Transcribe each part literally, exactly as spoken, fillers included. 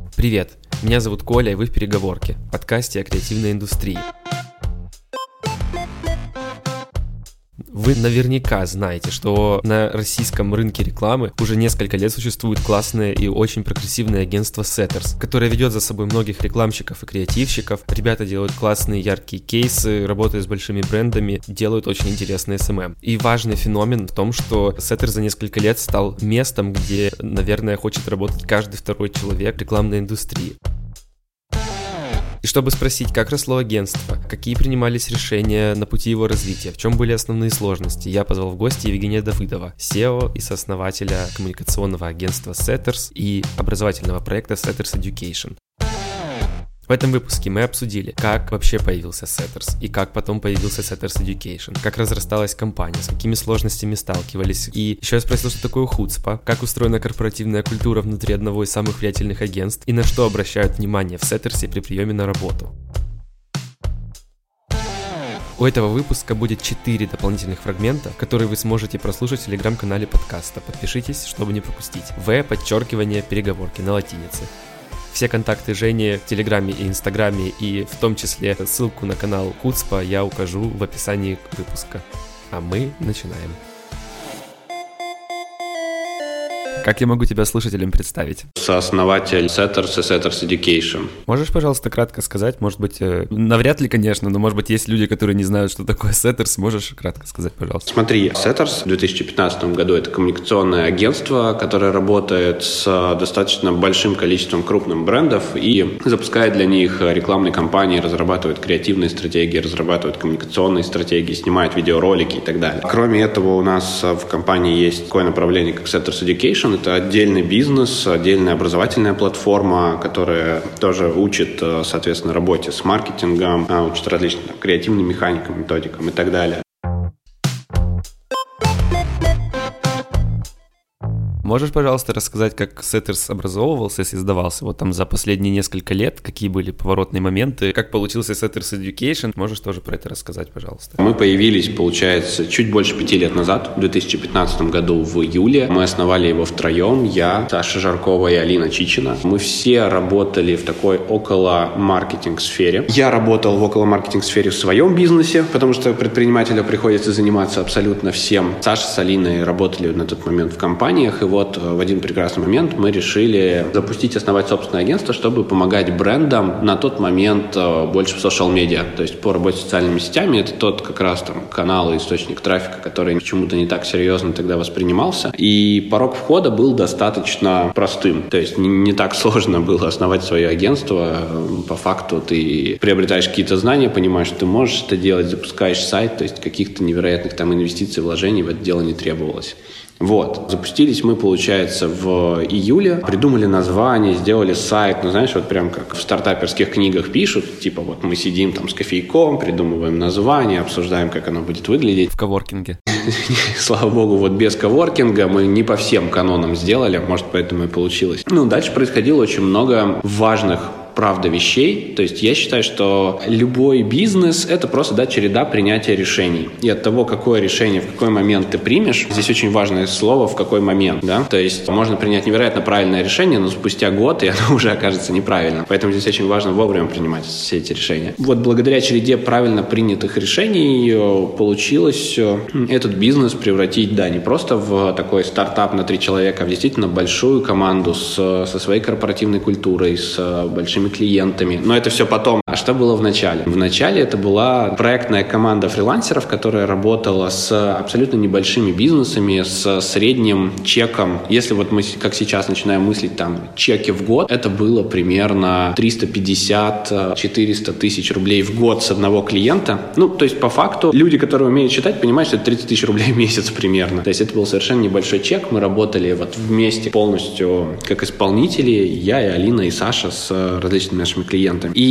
Привет, меня зовут Коля, и вы в «Переговорке», подкасте о креативной индустрии. Вы наверняка знаете, что на российском рынке рекламы уже несколько лет существует классное и очень прогрессивное агентство Setters, которое ведет за собой многих рекламщиков и креативщиков. Ребята делают классные яркие кейсы, работают с большими брендами, делают очень интересный эс эм эм. И важный феномен в том, что Setters за несколько лет стал местом, где, наверное, хочет работать каждый второй человек в рекламной индустрии. И чтобы спросить, как росло агентство, какие принимались решения на пути его развития, в чем были основные сложности, я позвал в гости Евгения Давыдова, си и о и сооснователя коммуникационного агентства Setters и образовательного проекта Setters Education. В этом выпуске мы обсудили, как вообще появился Setters и как потом появился Setters Education, как разрасталась компания, с какими сложностями сталкивались. И еще я спросил, что такое хуцпа, как устроена корпоративная культура внутри одного из самых влиятельных агентств и на что обращают внимание в Setters при приеме на работу. У этого выпуска будет четыре дополнительных фрагмента, которые вы сможете прослушать в телеграм-канале подкаста. Подпишитесь, чтобы не пропустить. В, подчеркивание, переговорки на латинице. Все контакты Жени в Телеграме и Инстаграме, и в том числе ссылку на канал Хуцпа я укажу в описании выпуска. А мы начинаем. Как я могу тебя слушателям представить? Сооснователь Setters и Setters Education. Можешь, пожалуйста, кратко сказать? Может быть, э, навряд ли, конечно, но, может быть, есть люди, которые не знают, что такое Setters. Можешь кратко сказать, пожалуйста? Смотри, Setters в две тысячи пятнадцатом году это коммуникационное агентство, которое работает с достаточно большим количеством крупных брендов и запускает для них рекламные кампании, разрабатывает креативные стратегии, разрабатывает коммуникационные стратегии, снимает видеоролики и так далее. Кроме этого, у нас в компании есть такое направление, как Setters Education. Это отдельный бизнес, отдельная образовательная платформа, которая тоже учит, соответственно, работе с маркетингом, учит различным там, креативным механикам, методикам и так далее. Можешь, пожалуйста, рассказать, как Setters образовывался и создавался вот там за последние несколько лет, какие были поворотные моменты, как получился Setters Education? Можешь тоже про это рассказать, пожалуйста? Мы появились, получается, чуть больше пяти лет назад, в две тысячи пятнадцатом году в июле. Мы основали его втроем, я, Саша Жаркова и Алина Чичина. Мы все работали в такой около-маркетинг-сфере. Я работал в около-маркетинг-сфере в своем бизнесе, потому что предпринимателю приходится заниматься абсолютно всем. Саша с Алиной работали на тот момент в компаниях, и вот Вот в один прекрасный момент мы решили запустить, основать собственное агентство, чтобы помогать брендам на тот момент больше в социал-медиа, то есть по работе с социальными сетями. Это тот как раз там канал и источник трафика, который почему-то не так серьезно тогда воспринимался. И порог входа был достаточно простым, то есть не, не так сложно было основать свое агентство. По факту ты приобретаешь какие-то знания, понимаешь, что ты можешь это делать, запускаешь сайт, то есть каких-то невероятных там инвестиций, вложений в это дело не требовалось. Вот. Запустились мы, получается, в июле, придумали название, сделали сайт, ну, знаешь, вот прям как в стартаперских книгах пишут, типа вот мы сидим там с кофейком, придумываем название, обсуждаем, как оно будет выглядеть. В коворкинге. Слава богу, вот без коворкинга мы не по всем канонам сделали, может, поэтому и получилось. Ну, дальше происходило очень много важных правда вещей. То есть я считаю, что любой бизнес — это просто да, череда принятия решений. И от того, какое решение в какой момент ты примешь, здесь очень важное слово «в какой момент». Да? То есть можно принять невероятно правильное решение, но спустя год и оно уже окажется неправильным. Поэтому здесь очень важно вовремя принимать все эти решения. Вот благодаря череде правильно принятых решений получилось этот бизнес превратить, да, не просто в такой стартап на три человека, а в действительно большую команду с, со своей корпоративной культурой, с большими клиентами. Но это все потом. А что было в начале? В начале это была проектная команда фрилансеров, которая работала с абсолютно небольшими бизнесами, с средним чеком. Если вот мы, как сейчас, начинаем мыслить там чеки в год, это было примерно триста пятьдесят - четыреста тысяч рублей в год с одного клиента. Ну, то есть по факту люди, которые умеют считать, понимают, что это тридцать тысяч рублей в месяц примерно. То есть это был совершенно небольшой чек. Мы работали вот вместе полностью как исполнители, я и Алина и Саша с различными нашими клиентами. И вот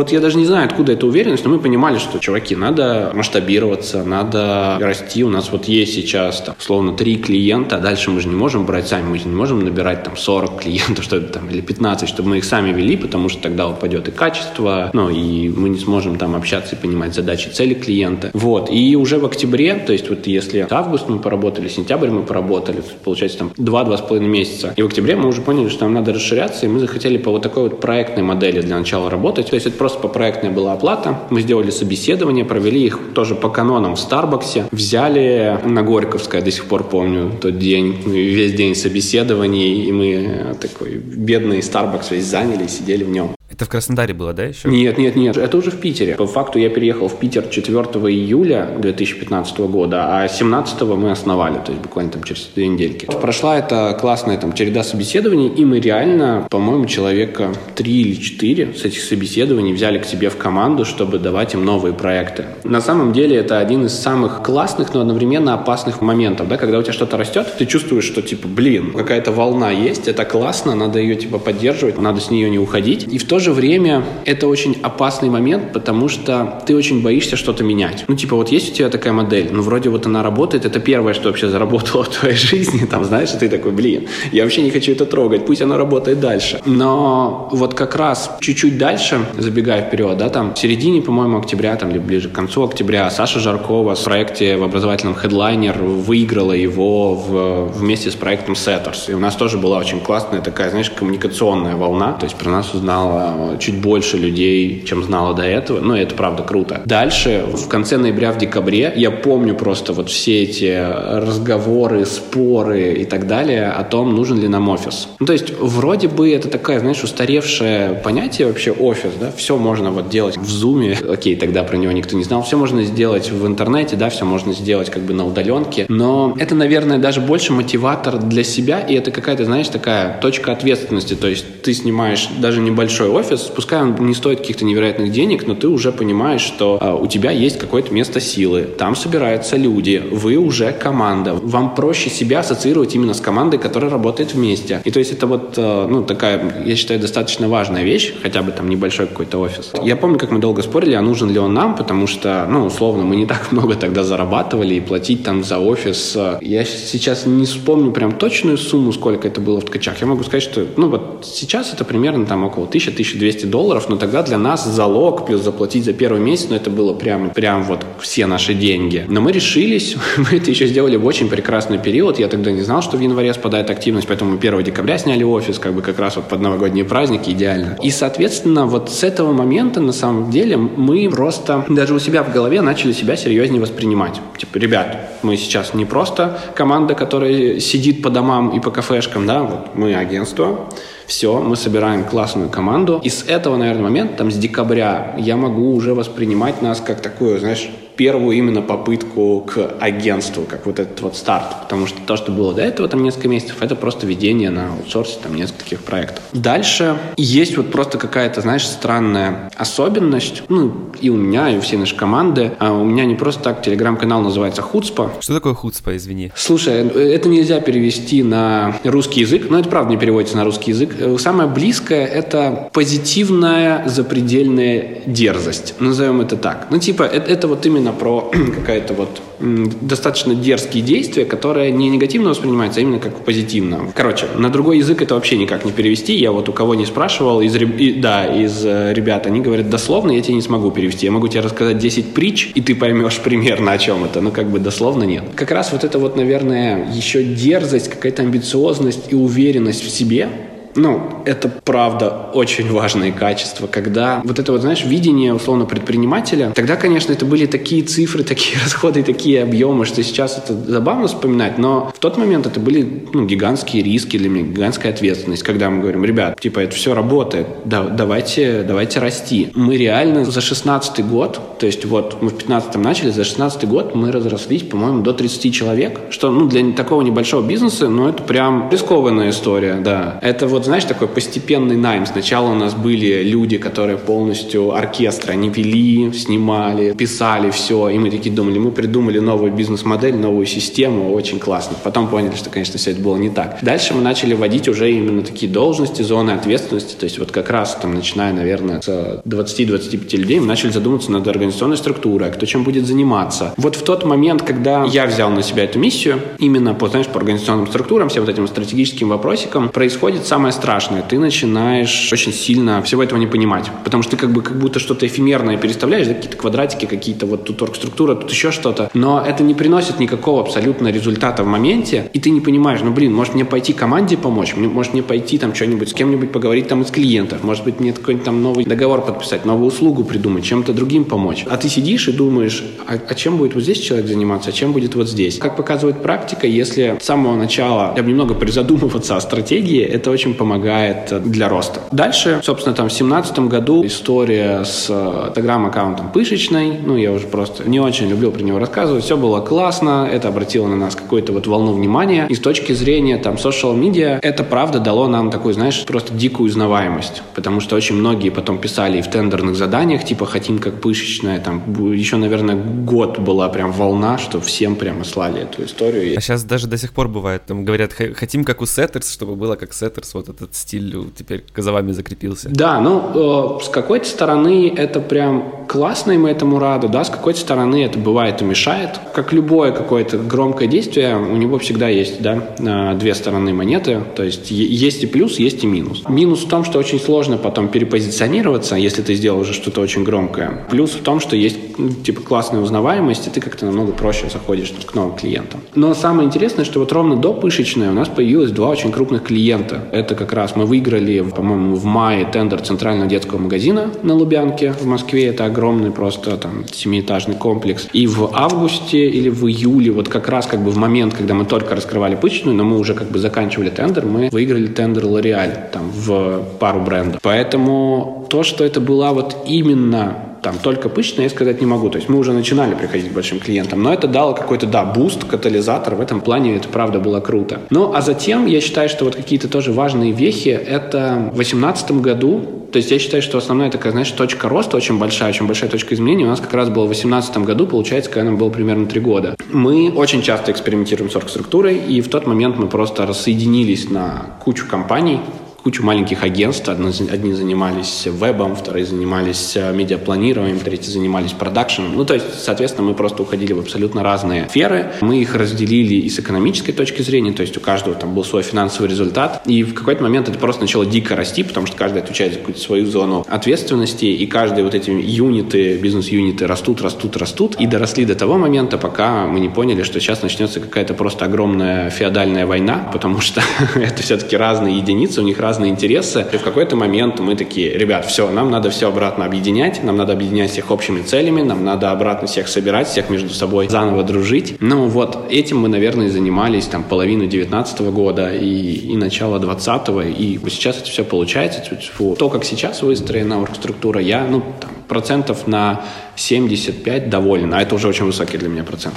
вот я даже не знаю, откуда эта уверенность, но мы понимали, что, чуваки, надо масштабироваться, надо расти. У нас вот есть сейчас, там, условно, три клиента, а дальше мы же не можем брать сами, мы же не можем набирать там сорок клиентов, что это там, или пятнадцать, чтобы мы их сами вели, потому что тогда упадет и качество, ну, и мы не сможем там общаться и понимать задачи, цели клиента. Вот. И уже в октябре, то есть вот если август мы поработали, сентябрь мы поработали, получается там два-два с половиной месяца. И в октябре мы уже поняли, что нам надо расширяться, и мы захотели по вот такой вот проектной модели для начала работать. То есть это просто по проектной была оплата. Мы сделали собеседование, провели их тоже по канонам в Старбаксе. Взяли на Горьковской, до сих пор помню тот день, весь день собеседований, и мы такой бедный Старбакс весь заняли и сидели в нем. Это в Краснодаре было, да, еще? Нет, нет, нет, это уже в Питере. По факту я переехал в Питер четвёртого июля две тысячи пятнадцатого года, а семнадцатого мы основали, то есть буквально там через две недельки. Прошла эта классная там череда собеседований, и мы реально, по-моему, человека три или четыре с этих собеседований взяли к себе в команду, чтобы давать им новые проекты. На самом деле это один из самых классных, но одновременно опасных моментов, да, когда у тебя что-то растет, ты чувствуешь, что типа, блин, какая-то волна есть, это классно, надо ее типа поддерживать, надо с нее не уходить. И в то же время это очень опасный момент, потому что ты очень боишься что-то менять. Ну, типа, вот есть у тебя такая модель, ну, вроде вот она работает, это первое, что вообще заработало в твоей жизни, там, знаешь, и ты такой, блин, я вообще не хочу это трогать, пусть она работает дальше. Но вот как раз чуть-чуть дальше, забегая вперед, да, там, в середине, по-моему, октября, там, или ближе к концу октября, Саша Жаркова в проекте в образовательном Headliner выиграла его в, вместе с проектом Setters. И у нас тоже была очень классная такая, знаешь, коммуникационная волна, то есть про нас узнала чуть больше людей, чем знала до этого. Ну, это правда круто. Дальше, в конце ноября, в декабре, я помню просто вот все эти разговоры, споры и так далее о том, нужен ли нам офис. Ну, то есть, вроде бы это такое, знаешь, устаревшее понятие вообще офис, да, все можно вот делать в зуме, окей, тогда про него никто не знал, все можно сделать в интернете, да, все можно сделать как бы на удаленке, но это, наверное, даже больше мотиватор для себя, и это какая-то, знаешь, такая точка ответственности, то есть ты снимаешь даже небольшой офис, пускай он не стоит каких-то невероятных денег, но ты уже понимаешь, что а, у тебя есть какое-то место силы, там собираются люди, вы уже команда, вам проще себя ассоциировать именно с командой, которая работает вместе. И то есть это вот, а, ну, такая, я считаю, достаточно важная вещь, хотя бы там небольшой какой-то офис. Я помню, как мы долго спорили, а нужен ли он нам, потому что, ну, условно, мы не так много тогда зарабатывали, и платить там за офис. Я сейчас не вспомню прям точную сумму, сколько это было в Ткачах. Я могу сказать, что, ну, вот сейчас это примерно там около тысяча - тысяча двести долларов, но тогда для нас залог плюс заплатить за первый месяц, ну, это было прям, прям вот все наши деньги. Но мы решились, мы это еще сделали в очень прекрасный период. Я тогда не знал, что в январе спадает активность, поэтому мы первого декабря сняли офис, как бы как раз вот под новогодние праздники, идеально. И, соответственно, вот с этого момента, на самом деле, мы просто даже у себя в голове начали себя серьезнее воспринимать. Типа, ребят, мы сейчас не просто команда, которая сидит по домам и по кафешкам, да, вот мы агентство, все, мы собираем классную команду. И с этого, наверное, момента, там, с декабря, я могу уже воспринимать нас как такую, знаешь, первую именно попытку к агентству, как вот этот вот старт. Потому что то, что было до этого, там, несколько месяцев, это просто ведение на аутсорсе, там, нескольких проектов. Дальше есть вот просто какая-то, знаешь, странная особенность, ну, и у меня, и у всей нашей команды. А у меня не просто так телеграм-канал называется Хуцпа. Что такое Хуцпа, извини? Слушай, это нельзя перевести на русский язык, но это правда не переводится на русский язык. Самое близкое — это позитивная запредельная дерзость. Назовем это так. Ну, типа, это, это вот именно про какая-то вот м, достаточно дерзкие действия, которые не негативно воспринимаются, а именно как позитивно. Короче, на другой язык это вообще никак не перевести. Я вот у кого не спрашивал, из, и, да, из э, ребят, они говорят дословно, я тебе не смогу перевести. Я могу тебе рассказать десять притч, и ты поймешь примерно, о чем это. Но как бы дословно нет. Как раз вот это вот, наверное, еще дерзость, какая-то амбициозность и уверенность в себе. Ну, это правда очень важные качества, когда вот это вот, знаешь, видение, условно, предпринимателя, тогда, конечно, это были такие цифры, такие расходы, такие объемы, что сейчас это забавно вспоминать, но в тот момент это были, ну, гигантские риски для меня, гигантская ответственность, когда мы говорим, ребят, типа, это все работает, да, давайте, давайте расти. Мы реально за шестнадцатый год, то есть вот мы в пятнадцатом начали, за шестнадцатый год мы разрослись, по-моему, до тридцати человек, что, ну, для такого небольшого бизнеса, ну, это прям рискованная история, да. Это вот знаешь, такой постепенный найм. Сначала у нас были люди, которые полностью оркестр, они вели, снимали, писали все, и мы такие думали, мы придумали новую бизнес-модель, новую систему, очень классно. Потом поняли, что, конечно, все это было не так. Дальше мы начали вводить уже именно такие должности, зоны ответственности, то есть вот как раз там, начиная, наверное, с двадцати-двадцати пяти людей, мы начали задумываться над организационной структурой, кто чем будет заниматься. Вот в тот момент, когда я взял на себя эту миссию, именно по, знаешь, по организационным структурам, всем вот этим стратегическим вопросикам, происходит самое страшное. Ты начинаешь очень сильно всего этого не понимать, потому что ты как бы как будто что-то эфемерное переставляешь, да, какие-то квадратики, какие-то вот тут оргструктура, тут еще что-то, но это не приносит никакого абсолютно результата в моменте, и ты не понимаешь, ну, блин, может мне пойти команде помочь, может мне пойти там что-нибудь с кем-нибудь поговорить там из клиентов, может быть мне какой-нибудь там новый договор подписать, новую услугу придумать, чем-то другим помочь. А ты сидишь и думаешь, а, а чем будет вот здесь человек заниматься, а чем будет вот здесь? Как показывает практика, если с самого начала немного призадумываться о стратегии, это очень помогает для роста. Дальше, собственно, там в семнадцатом году история с инстаграм-аккаунтом Пышечной, ну, я уже просто не очень любил про него рассказывать, все было классно, это обратило на нас какую-то вот волну внимания, и с точки зрения там social media, это правда дало нам такую, знаешь, просто дикую узнаваемость, потому что очень многие потом писали и в тендерных заданиях, типа, хотим как Пышечная, там, еще, наверное, год была прям волна, что всем прямо слали эту историю. А сейчас даже до сих пор бывает, там говорят, хотим как у Setters, чтобы было как Setters, вот этот стиль теперь за вами закрепился. Да, ну, э, с какой-то стороны это прям классно, и мы этому рады, да, с какой-то стороны это бывает и мешает. Как любое какое-то громкое действие, у него всегда есть, да, две стороны монеты, то есть есть и плюс, есть и минус. Минус в том, что очень сложно потом перепозиционироваться, если ты сделал уже что-то очень громкое. Плюс в том, что есть, ну, типа, классная узнаваемость, и ты как-то намного проще заходишь к новым клиентам. Но самое интересное, что вот ровно до Пышечной у нас появилось два очень крупных клиента. Это как раз мы выиграли, по-моему, в мае тендер Центрального детского магазина на Лубянке в Москве. Это огромный просто там семиэтажный комплекс. И в августе или в июле, вот как раз как бы в момент, когда мы только раскрывали Пышечную, но мы уже как бы заканчивали тендер, мы выиграли тендер L'Oréal там в пару брендов. Поэтому то, что это была вот именно там только Пышечная, я сказать не могу. То есть мы уже начинали приходить к большим клиентам, но это дало какой-то, да, буст, катализатор. В этом плане это правда было круто. Ну, а затем я считаю, что вот какие-то тоже важные вехи, это в две тысячи восемнадцатом году, то есть я считаю, что основная такая, знаешь, точка роста очень большая, очень большая точка изменения у нас как раз была в две тысячи восемнадцатом году, получается, когда нам было примерно три года. Мы очень часто экспериментируем с оргструктурой, и в тот момент мы просто рассоединились на кучу компаний, кучу маленьких агентств. Одни занимались вебом, вторые занимались медиапланированием, третьи занимались продакшеном. Ну, то есть, соответственно, мы просто уходили в абсолютно разные сферы. Мы их разделили и с экономической точки зрения, то есть у каждого там был свой финансовый результат. И в какой-то момент это просто начало дико расти, потому что каждый отвечает за какую-то свою зону ответственности, и каждые вот эти юниты, бизнес-юниты растут, растут, растут, и доросли до того момента, пока мы не поняли, что сейчас начнется какая-то просто огромная феодальная война, потому что это все-таки разные единицы, у них разные интересы. И в какой-то момент мы такие, ребят, все, нам надо все обратно объединять, нам надо объединять всех общими целями, нам надо обратно всех собирать, всех между собой заново дружить. Ну вот этим мы, наверное, занимались там половину девятнадцатого года и, и начало двадцатого, и сейчас это все получается. То, как сейчас выстроена оргструктура, я, ну, там, процентов на семьдесят пять доволен, а это уже очень высокий для меня процент.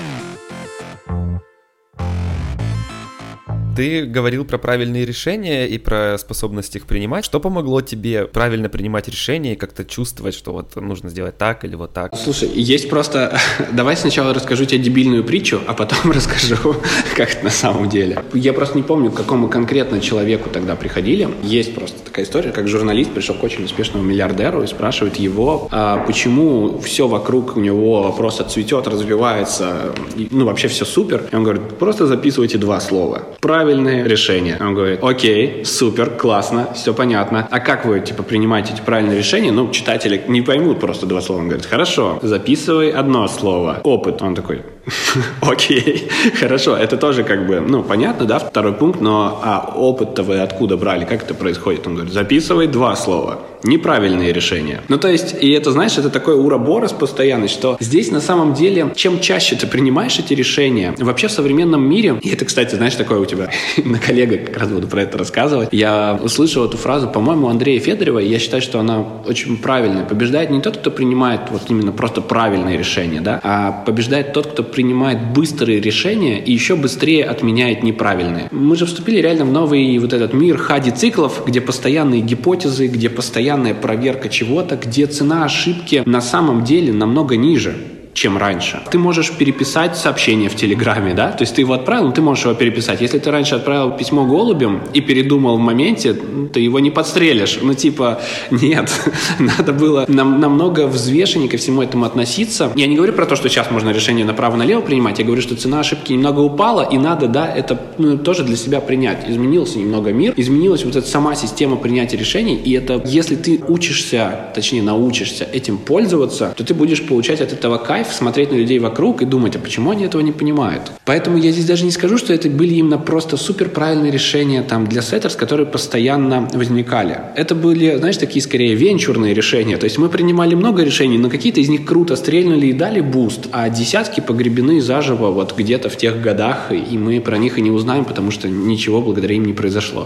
Ты говорил про правильные решения и про способность их принимать. Что помогло тебе правильно принимать решения и как-то чувствовать, что вот нужно сделать так или вот так? Слушай, есть просто... Давай сначала расскажу тебе дебильную притчу, а потом расскажу, как это на самом деле. Я просто не помню, к какому конкретно человеку тогда приходили. Есть просто такая история, как журналист пришел к очень успешному миллиардеру и спрашивает его, а почему все вокруг у него просто цветет, развивается, ну вообще все супер. И он говорит, просто записывайте два слова. Правильное решение. Он говорит, окей, супер, классно, все понятно. А как вы, типа, принимаете эти правильные решения? Ну, читатели не поймут просто два слова. Он говорит, хорошо, записывай одно слово. Опыт. Он такой, окей, хорошо. Это тоже как бы, ну, понятно, да, второй пункт, но а опыт-то вы откуда брали? Как это происходит? Он говорит, записывай два слова. Неправильные решения. Ну, то есть, и это, знаешь, это такой уроборос постоянный, что здесь на самом деле, чем чаще ты принимаешь эти решения, вообще в современном мире, и это, кстати, знаешь, такое у тебя, на коллега как раз буду про это рассказывать, я услышал эту фразу, по-моему, Андрея Федорева, и я считаю, что она очень правильная. Побеждает не тот, кто принимает вот именно просто правильные решения, да, а побеждает тот, кто принимает быстрые решения и еще быстрее отменяет неправильные. Мы же вступили реально в новый вот этот мир хади-циклов, где постоянные гипотезы, где постоянная проверка чего-то, где цена ошибки на самом деле намного ниже, чем раньше. Ты можешь переписать сообщение в Телеграме, да? То есть ты его отправил, но ты можешь его переписать. Если ты раньше отправил письмо голубям и передумал в моменте, ты его не подстрелишь. Ну, типа, нет. Надо было нам, намного взвешеннее ко всему этому относиться. Я не говорю про то, что сейчас можно решение направо-налево принимать. Я говорю, что цена ошибки немного упала, и надо, да, это ну, тоже для себя принять. Изменился немного мир, изменилась вот эта сама система принятия решений, и это, если ты учишься, точнее, научишься этим пользоваться, то ты будешь получать от этого кайф, смотреть на людей вокруг и думать, а почему они этого не понимают. Поэтому я здесь даже не скажу, что это были именно просто супер правильные решения там, для сеттерс, которые постоянно возникали. Это были, знаешь, такие скорее венчурные решения. То есть мы принимали много решений, но какие-то из них круто стрельнули и дали буст, а десятки погребены заживо вот где-то в тех годах, и мы про них и не узнаем, потому что ничего благодаря им не произошло.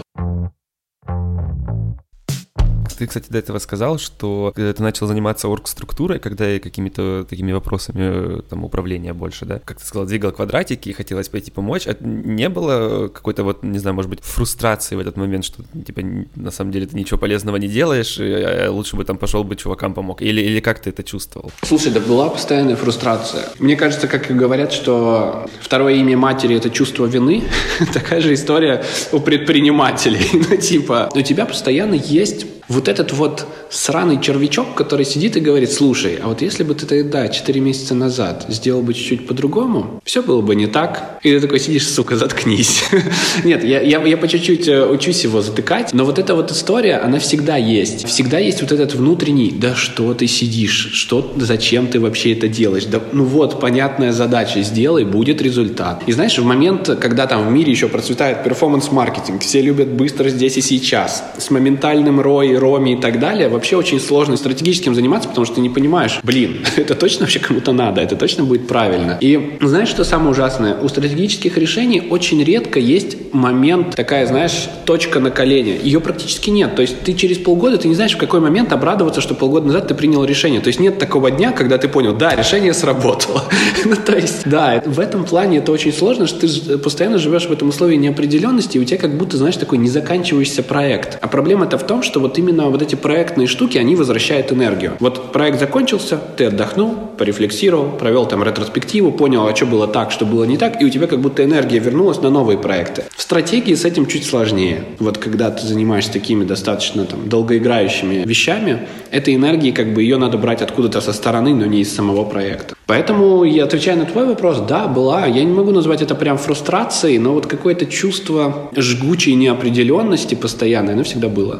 Ты, кстати, до этого сказал, что когда ты начал заниматься оргструктурой, когда и какими-то такими вопросами там, управления больше, да, как ты сказал, двигал квадратики и хотелось пойти помочь, а не было какой-то вот, не знаю, может быть, фрустрации в этот момент, что, типа, на самом деле ты ничего полезного не делаешь, а лучше бы там пошел бы чувакам помог? Или, или как ты это чувствовал? Слушай, да была постоянная фрустрация. Мне кажется, как и говорят, что второе имя матери — это чувство вины, такая же история у предпринимателей. Ну, типа, у тебя постоянно есть вот этот вот сраный червячок, который сидит и говорит: слушай, а вот если бы ты тогда четыре месяца назад сделал бы чуть-чуть по-другому, все было бы не так. И ты такой сидишь: сука, заткнись. Нет, я, я, я по чуть-чуть учусь его затыкать, но вот эта вот история, она всегда есть. Всегда есть вот этот внутренний: да что ты сидишь, что, зачем ты вообще это делаешь? Да, ну вот, понятная задача, сделай, будет результат. И знаешь, в момент, когда там в мире еще процветает перформанс-маркетинг, все любят быстро здесь и сейчас, с моментальным рой, роми и так далее, вообще очень сложно стратегическим заниматься, потому что ты не понимаешь, блин, это точно вообще кому-то надо, это точно будет правильно. И знаешь, что самое ужасное? У стратегических решений очень редко есть момент, такая, знаешь, точка на колене. Ее практически нет. То есть ты через полгода, ты не знаешь, в какой момент обрадоваться, что полгода назад ты принял решение. То есть нет такого дня, когда ты понял: да, решение сработало. Ну, то есть, да, в этом плане это очень сложно, что ты постоянно живешь в этом условии неопределенности, и у тебя как будто, знаешь, такой незаканчивающийся проект. А проблема-то в том, что вот именно вот эти проектные штуки, они возвращают энергию. Вот проект закончился, ты отдохнул, порефлексировал, провел там ретроспективу, понял, а что было так, что было не так, и у тебя как будто энергия вернулась на новые проекты. В стратегии с этим чуть сложнее. Вот когда ты занимаешься такими достаточно там долгоиграющими вещами, этой энергии как бы ее надо брать откуда-то со стороны, но не из самого проекта. Поэтому, я отвечаю на твой вопрос, да, была. Я не могу назвать это прям фрустрацией, но вот какое-то чувство жгучей неопределенности постоянной, оно всегда было.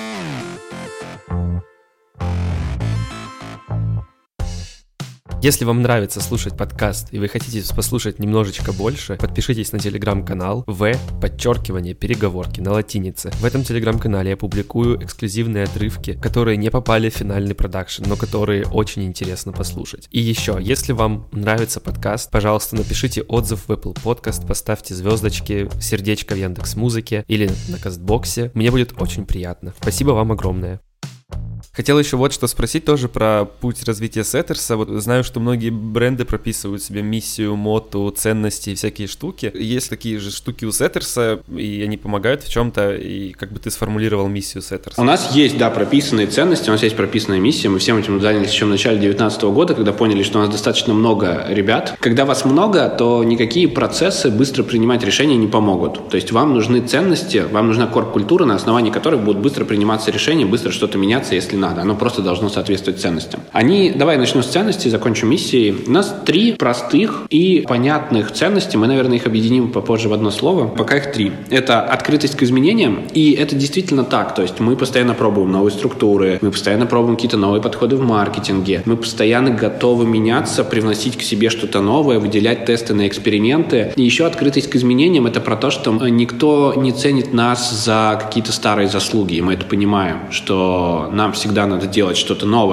Если вам нравится слушать подкаст и вы хотите послушать немножечко больше, подпишитесь на телеграм-канал В, подчеркивание, переговорки на латинице. В этом телеграм-канале я публикую эксклюзивные отрывки, которые не попали в финальный продакшн, но которые очень интересно послушать. И еще, если вам нравится подкаст, пожалуйста, напишите отзыв в Apple Podcast, поставьте звездочки, сердечко в Яндекс.Музыке или на Кастбоксе. Мне будет очень приятно. Спасибо вам огромное. Хотел еще вот что спросить тоже про путь развития сеттерса. Вот знаю, что многие бренды прописывают себе миссию, моту, ценности и всякие штуки. Есть такие же штуки у сеттерса, и они помогают в чем-то. И как бы ты сформулировал миссию сеттерса? У нас есть, да, прописанные ценности, у нас есть прописанная миссия. Мы всем этим занялись еще в начале две тысячи девятнадцатого года, когда поняли, что у нас достаточно много ребят. Когда вас много, то никакие процессы быстро принимать решения не помогут. То есть вам нужны ценности, вам нужна корп-культура, на основании которой будут быстро приниматься решения, быстро что-то меняться, если надо. Оно просто должно соответствовать ценностям. Они, давай начну с ценностей, закончу миссией. У нас три простых и понятных ценности. Мы, наверное, их объединим попозже в одно слово. Пока их три. Это открытость к изменениям, и это действительно так. То есть мы постоянно пробуем новые структуры, мы постоянно пробуем какие-то новые подходы в маркетинге, мы постоянно готовы меняться, привносить к себе что-то новое, выделять тесты на эксперименты. И еще открытость к изменениям — это про то, что никто не ценит нас за какие-то старые заслуги, и мы это понимаем, что нам всегда надо делать что-то новое,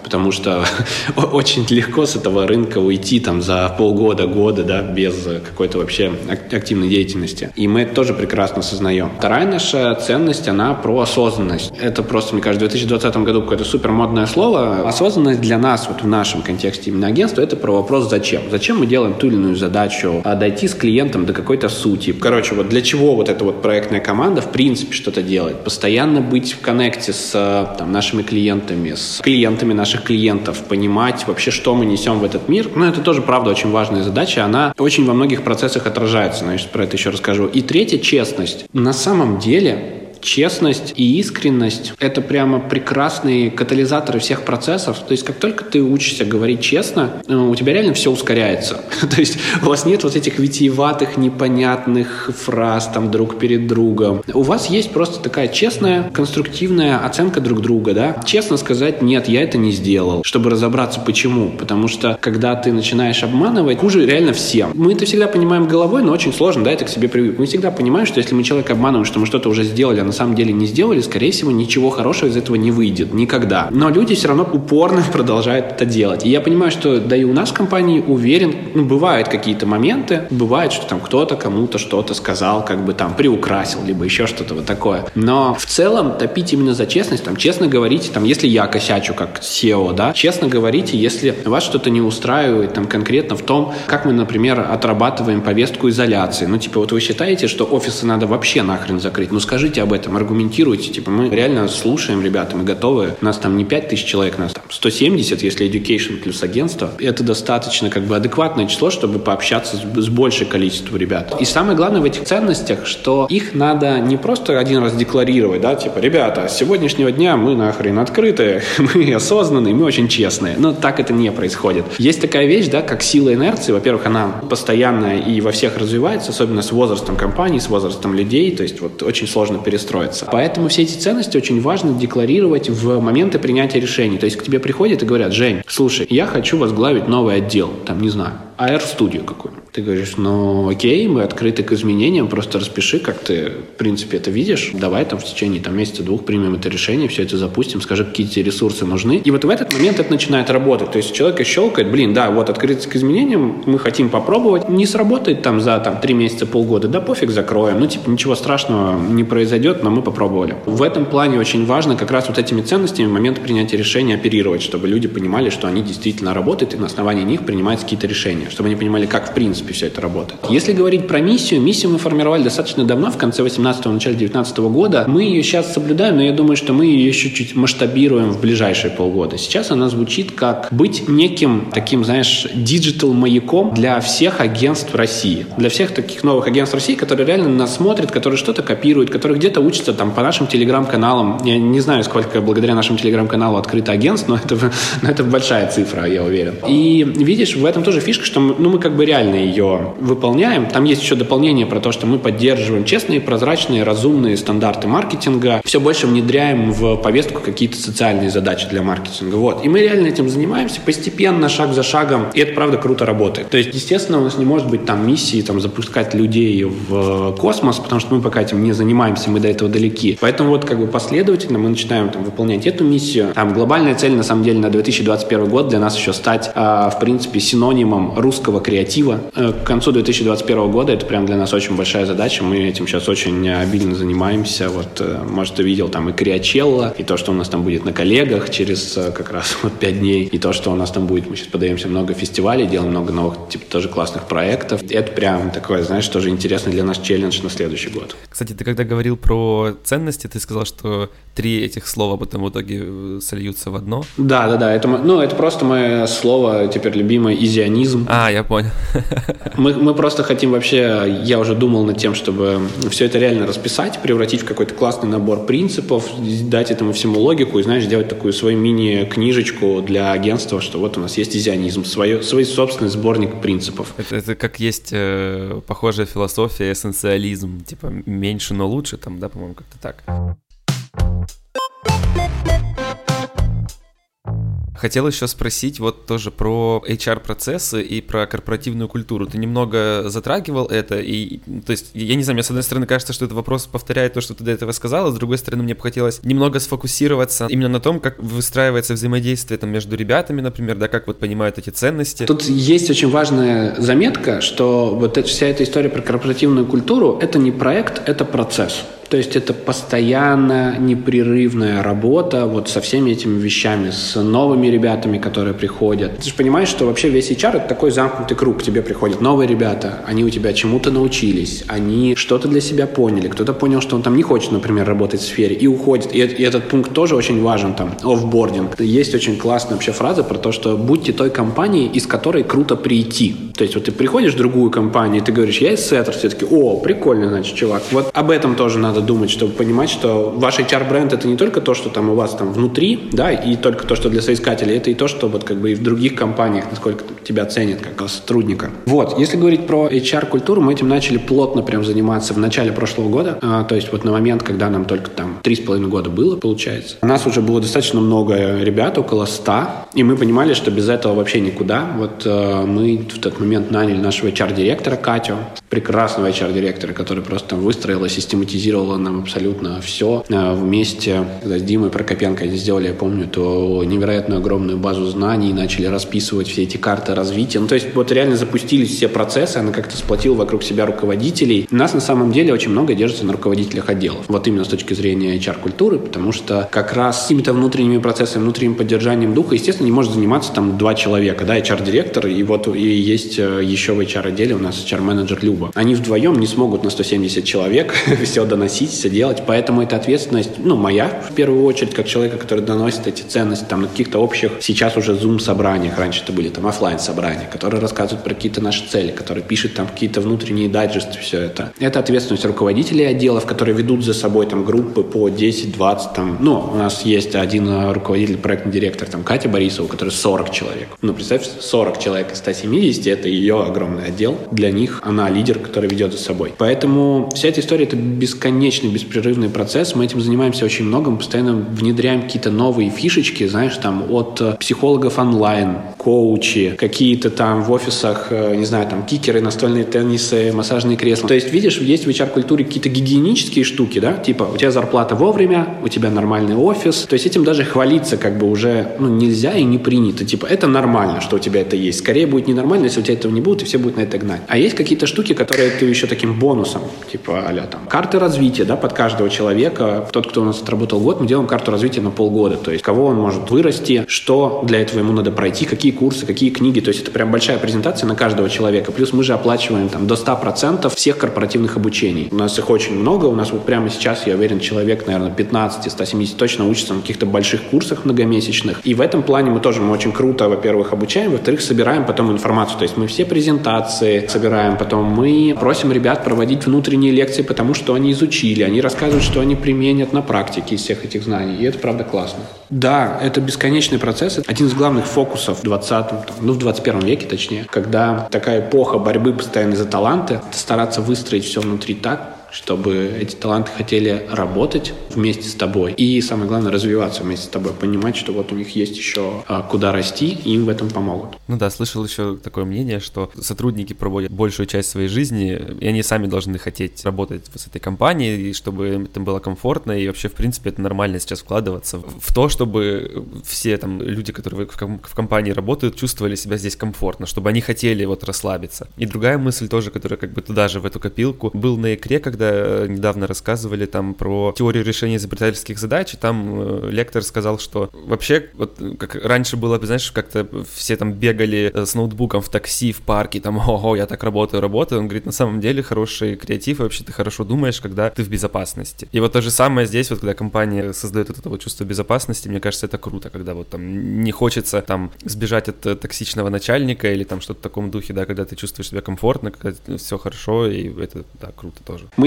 потому что очень легко с этого рынка уйти там за полгода, года, да, без какой-то вообще активной деятельности. И мы это тоже прекрасно осознаем. Вторая наша ценность, она про осознанность. Это просто, мне кажется, в две тысячи двадцатом году какое-то супер модное слово. Осознанность для нас, вот в нашем контексте именно агентства, это про вопрос «зачем?». Зачем мы делаем ту или иную задачу, а дойти с клиентом до какой-то сути. Короче, вот для чего вот эта вот проектная команда в принципе что-то делает? Постоянно быть в коннекте с там, нашими клиентами, с клиентами наших клиентов, понимать вообще, что мы несем в этот мир. Ну, это тоже, правда, очень важная задача. Она очень во многих процессах отражается. Но я сейчас про это еще расскажу. И третья — честность. На самом деле... Честность и искренность — это прямо прекрасные катализаторы всех процессов. То есть, как только ты учишься говорить честно, у тебя реально все ускоряется. То есть, у вас нет вот этих витиеватых, непонятных фраз там друг перед другом. У вас есть просто такая честная, конструктивная оценка друг друга, да? Честно сказать: нет, я это не сделал, чтобы разобраться, почему. Потому что, когда ты начинаешь обманывать, хуже реально всем. Мы это всегда понимаем головой, но очень сложно, да, это к себе привыкнуть. Мы всегда понимаем, что если мы человека обманываем, что мы что-то уже сделали, на самом деле не сделали, скорее всего, ничего хорошего из этого не выйдет. Никогда. Но люди все равно упорно продолжают это делать. И я понимаю, что да и у нас в компании, уверен, ну, бывают какие-то моменты, бывает, что там кто-то кому-то что-то сказал, как бы там приукрасил, либо еще что-то вот такое. Но в целом топить именно за честность, там, честно говорите, там, если я косячу как сео, да, честно говорите, если вас что-то не устраивает, там, конкретно в том, как мы, например, отрабатываем повестку изоляции. Ну, типа, вот вы считаете, что офисы надо вообще нахрен закрыть? Ну, скажите об этом. Этом, аргументируйте, типа, мы реально слушаем, ребята, мы готовы. У нас там не пять тысяч человек, у нас там сто семьдесят, если education плюс агентство. Это достаточно как бы адекватное число, чтобы пообщаться с, с большим количеством ребят. И самое главное в этих ценностях, что их надо не просто один раз декларировать, да, типа, ребята, с сегодняшнего дня мы нахрен открытые, мы осознанные, мы очень честные. Но так это не происходит. Есть такая вещь, да, как сила инерции. Во-первых, она постоянная и во всех развивается, особенно с возрастом компаний, с возрастом людей, то есть вот очень сложно перестроиться. Поэтому все эти ценности очень важно декларировать в моменты принятия решений. То есть к тебе приходят и говорят: Жень, слушай, я хочу возглавить новый отдел, там, не знаю, эй ар-студию какую-нибудь. Ты говоришь: ну окей, мы открыты к изменениям, просто распиши, как ты, в принципе, это видишь. Давай там в течение там, месяца-двух примем это решение, все это запустим, скажи, какие тебе ресурсы нужны. И вот в этот момент это начинает работать. То есть человек щелкает: блин, да, вот открытость к изменениям, мы хотим попробовать. Не сработает там за там, три месяца, полгода, да пофиг, закроем. Ну типа ничего страшного не произойдет, но мы попробовали. В этом плане очень важно как раз вот этими ценностями в момент принятия решения оперировать, чтобы люди понимали, что они действительно работают, и на основании них принимаются какие-то решения, чтобы они понимали, как в принципе все это работает. Если говорить про миссию, миссию мы формировали достаточно давно, в конце восемнадцатого, начале девятнадцатого года. Мы ее сейчас соблюдаем, но я думаю, что мы ее еще чуть масштабируем в ближайшие полгода. Сейчас она звучит как быть неким таким, знаешь, диджитал-маяком для всех агентств России. Для всех таких новых агентств России, которые реально нас смотрят, которые что-то копируют, которые где-то учатся там по нашим телеграм-каналам. Я не знаю, сколько благодаря нашему телеграм-каналу открыто агентств, но это, но это большая цифра, я уверен. И видишь, в этом тоже фишка, что мы, ну, мы как бы реально ее выполняем. Там есть еще дополнение про то, что мы поддерживаем честные, прозрачные, разумные стандарты маркетинга. Все больше внедряем в повестку какие-то социальные задачи для маркетинга. Вот. И мы реально этим занимаемся постепенно, шаг за шагом. И это, правда, круто работает. То есть, естественно, у нас не может быть там миссии там, запускать людей в космос, потому что мы пока этим не занимаемся, мы до этого далеки. Поэтому вот как бы последовательно мы начинаем там, выполнять эту миссию. Там глобальная цель, на самом деле, на две тысячи двадцать первый год для нас еще стать, э, в принципе, синонимом русского креатива. Э, к концу две тысячи двадцать первого года это прям для нас очень большая задача. Мы этим сейчас очень обильно занимаемся. Вот, э, может, ты видел там и Креачелло, и то, что у нас там будет на коллегах через э, как раз вот пять дней, и то, что у нас там будет. Мы сейчас подаемся много фестивалей, делаем много новых, типа, тоже классных проектов. Это прям такое, знаешь, тоже интересный для нас челлендж на следующий год. Кстати, ты когда говорил про ценности, ты сказал, что три этих слова потом в итоге сольются в одно. Да, да, да. Это, ну, это просто мое слово теперь любимое — изионизм. А, я понял. Мы, мы просто хотим вообще, я уже думал над тем, чтобы все это реально расписать, превратить в какой-то классный набор принципов, дать этому всему логику и, знаешь, сделать такую свою мини-книжечку для агентства, что вот у нас есть изионизм, свой, свой собственный сборник принципов. Это, это как есть э, похожая философия, эссенциализм, типа меньше, но лучше, там, да, по-моему, как-то так. Хотел еще спросить вот тоже про эйч ар-процессы и про корпоративную культуру. Ты немного затрагивал это, и, то есть, я не знаю, мне с одной стороны кажется, что этот вопрос повторяет то, что ты до этого сказала, с другой стороны, мне бы хотелось немного сфокусироваться именно на том, как выстраивается взаимодействие там между ребятами, например, да, как вот понимают эти ценности. Тут есть очень важная заметка, что вот эта, вся эта история про корпоративную культуру — это не проект, это процесс. То есть это постоянная, непрерывная работа вот со всеми этими вещами, с новыми ребятами, которые приходят. Ты же понимаешь, что вообще весь эйч ар — это такой замкнутый круг. К тебе приходят новые ребята, они у тебя чему-то научились, они что-то для себя поняли. Кто-то понял, что он там не хочет, например, работать в сфере, и уходит. И, и этот пункт тоже очень важен, там, офбординг. Есть очень классная вообще фраза про то, что будьте той компанией, из которой круто прийти. То есть вот ты приходишь в другую компанию, и ты говоришь, я из Setters, все таки, о, прикольно, значит, чувак. Вот об этом тоже надо думать, чтобы понимать, что ваш эйч ар-бренд — это не только то, что там у вас там внутри, да, и только то, что для соискателей, это и то, что вот как бы и в других компаниях, насколько тебя ценят как сотрудника. Вот, если говорить про эйч ар-культуру, мы этим начали плотно прям заниматься в начале прошлого года, а, то есть вот на момент, когда нам только там три с половиной года было, получается. У нас уже было достаточно много ребят, около ста, и мы понимали, что без этого вообще никуда. Вот а, мы в тот момент наняли нашего эйч ар-директора Катю, прекрасного эйч ар-директора, который просто там выстроила, систематизировала нам абсолютно все. Вместе, когда с Димой Прокопенко они сделали, я помню, то невероятную огромную базу знаний, начали расписывать все эти карты развития. Ну, то есть вот реально запустились все процессы, она как-то сплотила вокруг себя руководителей. У нас на самом деле очень много держится на руководителях отделов. Вот именно с точки зрения эйч ар-культуры, потому что как раз какими-то внутренними процессами, внутренним поддержанием духа, естественно, не может заниматься там два человека, да, эйч ар-директор, и вот и есть еще в эйч ар-отделе у нас эйч ар-менеджер Люба. Они вдвоем не смогут на сто семьдесят человек все доносить, все делать, поэтому эта ответственность, ну, моя, в первую очередь, как человека, который доносит эти ценности там на каких-то общих, сейчас уже Zoom-собраниях, раньше это были там офлайн-собрания, которые рассказывают про какие-то наши цели, которые пишут там какие-то внутренние дайджесты, все это. Это ответственность руководителей отделов, которые ведут за собой там группы по десять-двадцать, там, ну, у нас есть один руководитель, проектный директор, там, Катя Борисова, у которой сорок человек. Ну, представь, сорок человек из ста семидесяти, это ее огромный отдел. Для них она лидер, который ведет за собой. Поэтому вся эта история — это бесконечный, беспрерывный процесс. Мы этим занимаемся очень много, мы постоянно внедряем какие-то новые фишечки, знаешь, там, от психологов онлайн, коучи, какие-то там в офисах, не знаю, там, кикеры, настольные теннисы, массажные кресла. То есть, видишь, есть в эйч ар-культуре какие-то гигиенические штуки, да, типа, у тебя зарплата вовремя, у тебя нормальный офис. То есть, этим даже хвалиться как бы уже, ну, нельзя и не принято. Типа, это нормально, что у тебя это есть. Скорее будет ненормально, если у тебя этого не будет, и все будут на это гнать. А есть какие-то штуки, которые ты еще таким бонусом, типа, а-ля там, карты развития, да, под каждого человека. Тот, кто у нас отработал год, мы делаем карту развития на полгода. То есть, кого он может вырасти, что для этого ему надо пройти, какие курсы, какие книги. То есть, это прям большая презентация на каждого человека. Плюс мы же оплачиваем там до ста процентов всех корпоративных обучений. У нас их очень много. У нас вот прямо сейчас, я уверен, человек, наверное, пятнадцать - сто семьдесят точно учится на каких-то больших курсах многомесячных. И в этом плане мы тоже мы очень круто, во-первых, обучаем, во-вторых, собираем потом информацию. То есть, мы все презентации собираем, потом мы просим ребят проводить внутренние лекции, потому что они изучили, они рассказывают, что они применят на практике из всех этих знаний. И это, правда, классно. Да, это бесконечный процесс. Один из главных фокусов в двадцатом, ну, в двадцать первом веке, точнее, когда такая эпоха борьбы постоянно за таланты, это стараться выстроить все внутри так, чтобы эти таланты хотели работать вместе с тобой и, самое главное, развиваться вместе с тобой, понимать, что вот у них есть еще а, куда расти, и им в этом помогут. Ну да, слышал еще такое мнение, что сотрудники проводят большую часть своей жизни, и они сами должны хотеть работать с этой компанией, и чтобы им там было комфортно, и вообще, в принципе, это нормально сейчас вкладываться в то, чтобы все там люди, которые в, ком- в компании работают, чувствовали себя здесь комфортно, чтобы они хотели вот расслабиться. И другая мысль тоже, которая как бы туда же, в эту копилку, был на икре, когда когда недавно рассказывали там про теорию решения изобретательских задач, и там э, лектор сказал, что вообще, вот как раньше было, знаешь, как-то все там бегали с ноутбуком в такси, в парке, там, ого, я так работаю, работаю. Он говорит, на самом деле хороший креатив, и вообще ты хорошо думаешь, когда ты в безопасности. И вот то же самое здесь, вот когда компания создает вот это вот чувство безопасности, мне кажется, это круто, когда вот там не хочется там сбежать от токсичного начальника или там что-то в таком духе, да, когда ты чувствуешь себя комфортно, когда все хорошо, и это, да, круто тоже. Мы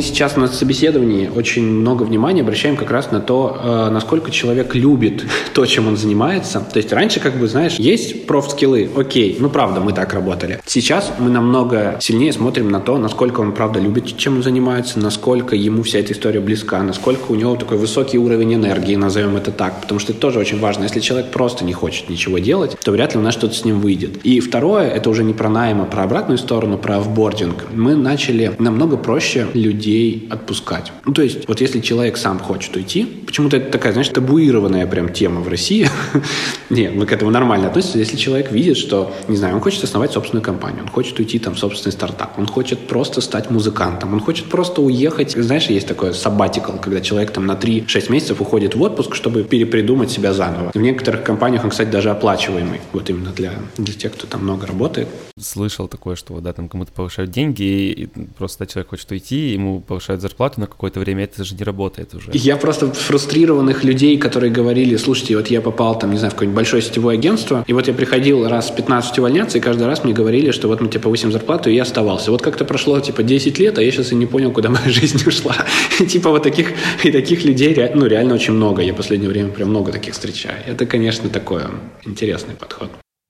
Мы сейчас на собеседовании очень много внимания обращаем как раз на то, насколько человек любит то, чем он занимается. То есть раньше, как бы, знаешь, есть профскиллы, окей, ну правда, мы так работали. Сейчас мы намного сильнее смотрим на то, насколько он правда любит, чем он занимается, насколько ему вся эта история близка, насколько у него такой высокий уровень энергии, назовем это так, потому что это тоже очень важно. Если человек просто не хочет ничего делать, то вряд ли у нас что-то с ним выйдет. И второе, это уже не про найм, а про обратную сторону, про офбординг. Мы начали намного проще людей отпускать. Ну, то есть, вот если человек сам хочет уйти, почему-то это такая, знаешь, табуированная прям тема в России. Нет, мы к этому нормально относимся. Если человек видит, что, не знаю, он хочет основать собственную компанию, он хочет уйти там в собственный стартап, он хочет просто стать музыкантом, он хочет просто уехать. Знаешь, есть такое sabbatical, когда человек там на три-шесть месяцев уходит в отпуск, чтобы перепридумать себя заново. В некоторых компаниях он, кстати, даже оплачиваемый. Вот именно для, для тех, кто там много работает. Слышал такое, что да, там кому-то повышают деньги, и просто человек хочет уйти, ему повышают зарплату на какое-то время, это же не работает уже. Я просто фрустрированных людей, которые говорили, слушайте, вот я попал там, не знаю, в какое-нибудь большое сетевое агентство, и вот я приходил раз в пятнадцать увольняться, и каждый раз мне говорили, что вот мы тебе повысим зарплату, и я оставался. Вот как-то прошло типа десять лет, а я сейчас и не понял, куда моя жизнь ушла. Типа вот таких, и таких людей, ну, реально очень много. Я в последнее время прям много таких встречаю. Это, конечно, такой интересный подход.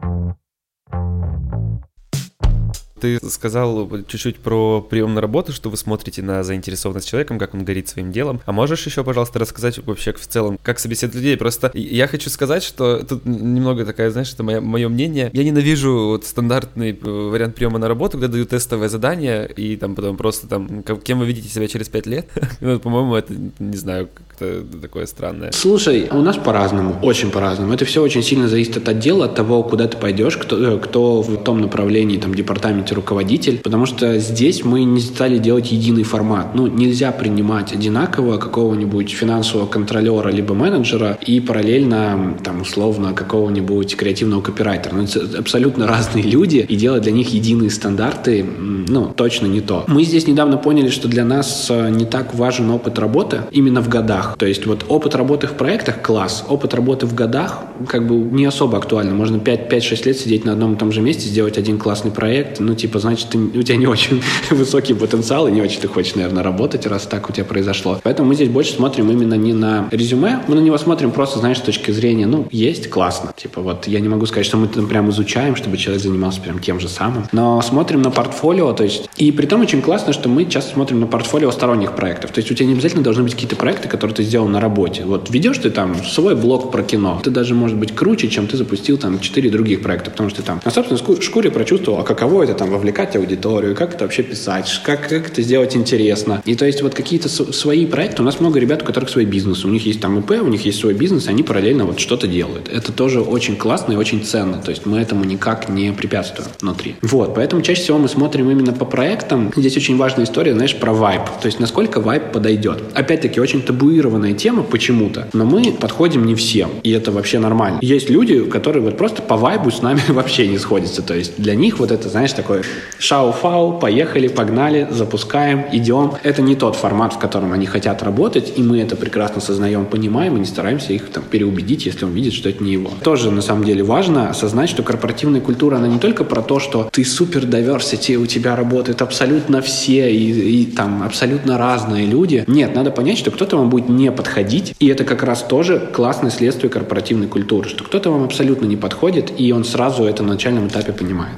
Ты сказал чуть-чуть про прием на работу, что вы смотрите на заинтересованность человеком, как он горит своим делом. А можешь еще, пожалуйста, рассказать вообще в целом, как собеседовать людей? Просто я хочу сказать, что тут немного такая, знаешь, это мое, мое мнение. Я ненавижу вот стандартный вариант приема на работу, когда дают тестовое задание, и там потом просто там, кем вы видите себя через пять лет? По-моему, это, не знаю, как-то такое странное. Слушай, у нас по-разному, очень по-разному. Это все очень сильно зависит от отдела, от того, куда ты пойдешь, кто, кто в том направлении, там, департаменте руководитель, потому что здесь мы не стали делать единый формат. Ну, нельзя принимать одинаково какого-нибудь финансового контролера либо менеджера и параллельно, там, условно, какого-нибудь креативного копирайтера. Ну, это абсолютно разные люди, и делать для них единые стандарты, ну, точно не то. Мы здесь недавно поняли, что для нас не так важен опыт работы именно в годах. То есть вот опыт работы в проектах — класс, опыт работы в годах как бы не особо актуально. Можно пять-шесть лет сидеть на одном и том же месте, сделать один классный проект, ну, типа, значит, ты, у тебя не очень высокий потенциал, и не очень ты хочешь, наверное, работать, раз так у тебя произошло. Поэтому мы здесь больше смотрим именно не на резюме, мы на него смотрим просто, знаешь, с точки зрения, ну, есть, классно. Типа, вот, я не могу сказать, что мы там прям изучаем, чтобы человек занимался прям тем же самым, но смотрим на портфолио, то есть, и при том очень классно, что мы часто смотрим на портфолио сторонних проектов. То есть, у тебя не обязательно должны быть какие-то проекты, которые ты сделал на работе. Вот, ведешь ты там свой блог про кино, ты даже, может быть, круче, чем ты запустил там четыре других проекта, потому что ты там на собственной шкуре прочувствовал, а каково это там вовлекать аудиторию, как это вообще писать, как, как это сделать интересно. И то есть вот какие-то с- свои проекты, у нас много ребят, у которых свой бизнес, у них есть там ИП, у них есть свой бизнес, они параллельно вот что-то делают. Это тоже очень классно и очень ценно, то есть мы этому никак не препятствуем внутри. Вот, поэтому чаще всего мы смотрим именно по проектам. Здесь очень важная история, знаешь, про вайб, то есть насколько вайб подойдет. Опять-таки, очень табуированная тема почему-то, но мы подходим не всем, и это вообще нормально. Есть люди, которые вот просто по вайбу с нами вообще не сходятся, то есть для них вот это, знаешь, такой шау-фау, поехали, погнали, запускаем, идем. Это не тот формат, в котором они хотят работать, и мы это прекрасно сознаем, понимаем, и не стараемся их там переубедить, если он видит, что это не его. Тоже, на самом деле, важно осознать, что корпоративная культура, она не только про то, что ты супер diversity, у тебя работают абсолютно все, и, и там абсолютно разные люди. Нет, надо понять, что кто-то вам будет не подходить, и это как раз тоже классное следствие корпоративной культуры, что кто-то вам абсолютно не подходит, и он сразу это на начальном этапе понимает.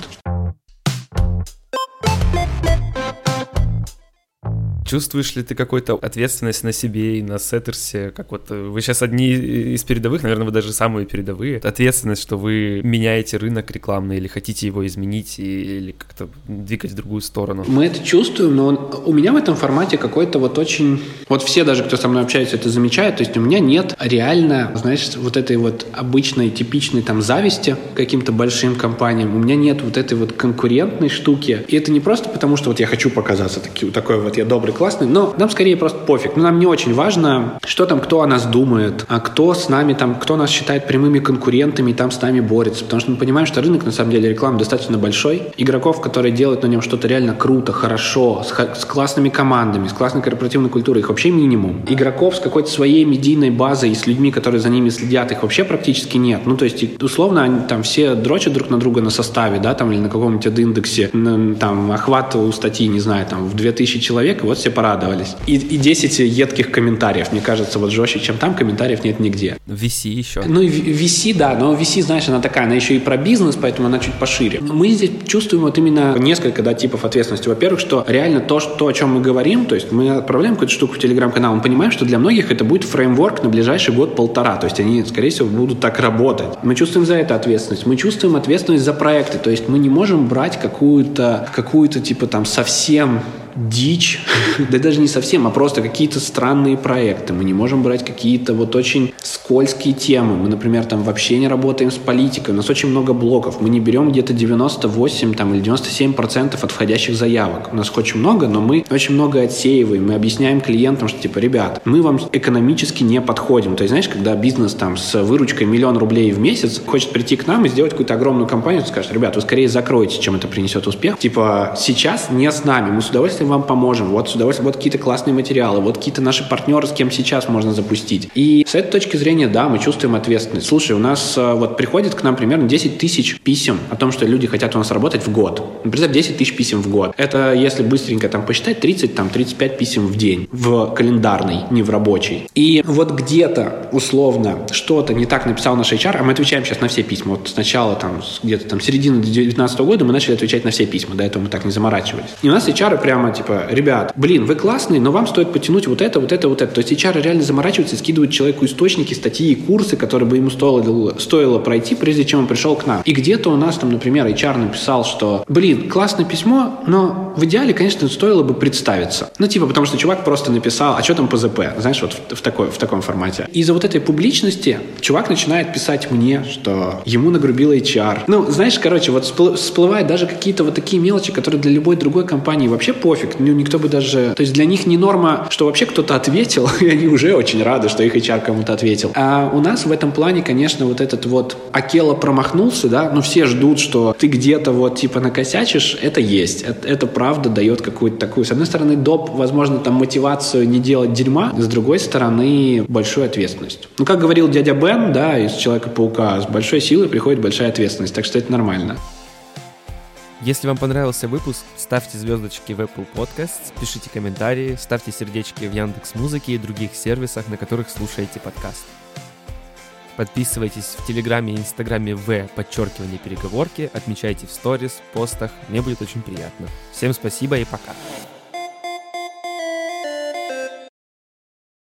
Чувствуешь ли ты какую-то ответственность на себе и на Сеттерсе? Как вот вы сейчас одни из передовых, наверное, вы даже самые передовые. Ответственность, что вы меняете рынок рекламный или хотите его изменить или как-то двигать в другую сторону. Мы это чувствуем, но он... у меня в этом формате какой-то вот очень... Вот все даже, кто со мной общается, это замечают. То есть у меня нет реально, знаешь, вот этой вот обычной, типичной там зависти к каким-то большим компаниям. У меня нет вот этой вот конкурентной штуки. И это не просто потому, что вот я хочу показаться таки, такой вот я добрый, классный, но нам скорее просто пофиг. Ну, нам не очень важно, что там, кто о нас думает, а кто с нами там, кто нас считает прямыми конкурентами и там с нами борется. Потому что мы понимаем, что рынок, на самом деле, рекламы достаточно большой. Игроков, которые делают на нем что-то реально круто, хорошо, с, с классными командами, с классной корпоративной культурой, их вообще минимум. Игроков с какой-то своей медийной базой и с людьми, которые за ними следят, их вообще практически нет. Ну, то есть, условно, они там все дрочат друг на друга на составе, да, там, или на каком-нибудь индексе, там, охват у статьи, не знаю, там, в две тысячи человек, и вот все порадовались. И, и десять едких комментариев, мне кажется, вот жестче, чем там, комментариев нет нигде. ви си еще. Ну, и ви си, да, но ви си, знаешь, она такая, она еще и про бизнес, поэтому она чуть пошире. Мы здесь чувствуем вот именно несколько, да, типов ответственности. Во-первых, что реально то, что, о чем мы говорим, то есть мы отправляем какую-то штуку в Телеграм-канал, мы понимаем, что для многих это будет фреймворк на ближайший год-полтора, то есть они, скорее всего, будут так работать. Мы чувствуем за это ответственность, мы чувствуем ответственность за проекты, то есть мы не можем брать какую-то, какую-то типа там совсем дичь, да даже не совсем, а просто какие-то странные проекты. Мы не можем брать какие-то вот очень скользкие темы. Мы, например, там вообще не работаем с политикой. У нас очень много блоков. Мы не берем где-то девяносто восемь там, или девяносто семь процентов от входящих заявок. У нас очень много, но мы очень много отсеиваем. Мы объясняем клиентам, что типа, ребят, мы вам экономически не подходим. То есть, знаешь, когда бизнес там с выручкой миллион рублей в месяц хочет прийти к нам и сделать какую-то огромную компанию, ты скажешь, ребят, вы скорее закроете, чем это принесет успех. Типа, сейчас не с нами. Мы с удовольствием вам поможем, вот с удовольствием, вот какие-то классные материалы, вот какие-то наши партнеры, с кем сейчас можно запустить. И с этой точки зрения, да, мы чувствуем ответственность. Слушай, у нас вот приходит к нам примерно десять тысяч писем о том, что люди хотят у нас работать в год. Представь, десять тысяч писем в год. Это, если быстренько там посчитать, тридцать, там, тридцать пять писем в день в календарный, не в рабочий. И вот где-то, условно, что-то не так написал наш эйч ар, а мы отвечаем сейчас на все письма. Вот сначала, там, где-то там середины две тысячи девятнадцатого года мы начали отвечать на все письма, до этого мы так не заморачивались. И у нас эйч ар прямо, типа, ребят, блин, вы классные, но вам стоит потянуть вот это, вот это, вот это. То есть эйч ар реально заморачивается и скидывает человеку источники, статьи и курсы, которые бы ему стоило, стоило пройти, прежде чем он пришел к нам. И где-то у нас там, например, эйч ар написал, что, блин, классное письмо, но в идеале, конечно, стоило бы представиться. Ну, типа, потому что чувак просто написал, а что там по зэ пэ? Знаешь, вот в, в, такой, в таком формате. Из-за вот этой публичности чувак начинает писать мне, что ему нагрубил эйч ар. Ну, знаешь, короче, вот всплывают даже какие-то вот такие мелочи, которые для любой другой компании вообще пофиг. Ну, никто бы даже... То есть для них не норма, что вообще кто-то ответил, и они уже очень рады, что их эйч ар кому-то ответил. А у нас в этом плане, конечно, вот этот вот Акела промахнулся, да, но все ждут, что ты где-то вот типа накосячишь, это есть. Это, это правда дает какую-то такую... С одной стороны, доп, возможно, там мотивацию не делать дерьма, с другой стороны, большую ответственность. Ну, как говорил дядя Бен, да, из Человека-паука, с большой силой приходит большая ответственность, так что это нормально. Если вам понравился выпуск, ставьте звездочки в Apple Podcasts, пишите комментарии, ставьте сердечки в Яндекс.Музыке и других сервисах, на которых слушаете подкаст. Подписывайтесь в Телеграме и Инстаграме в подчеркивание переговорки, отмечайте в сторис, постах, мне будет очень приятно. Всем спасибо и пока.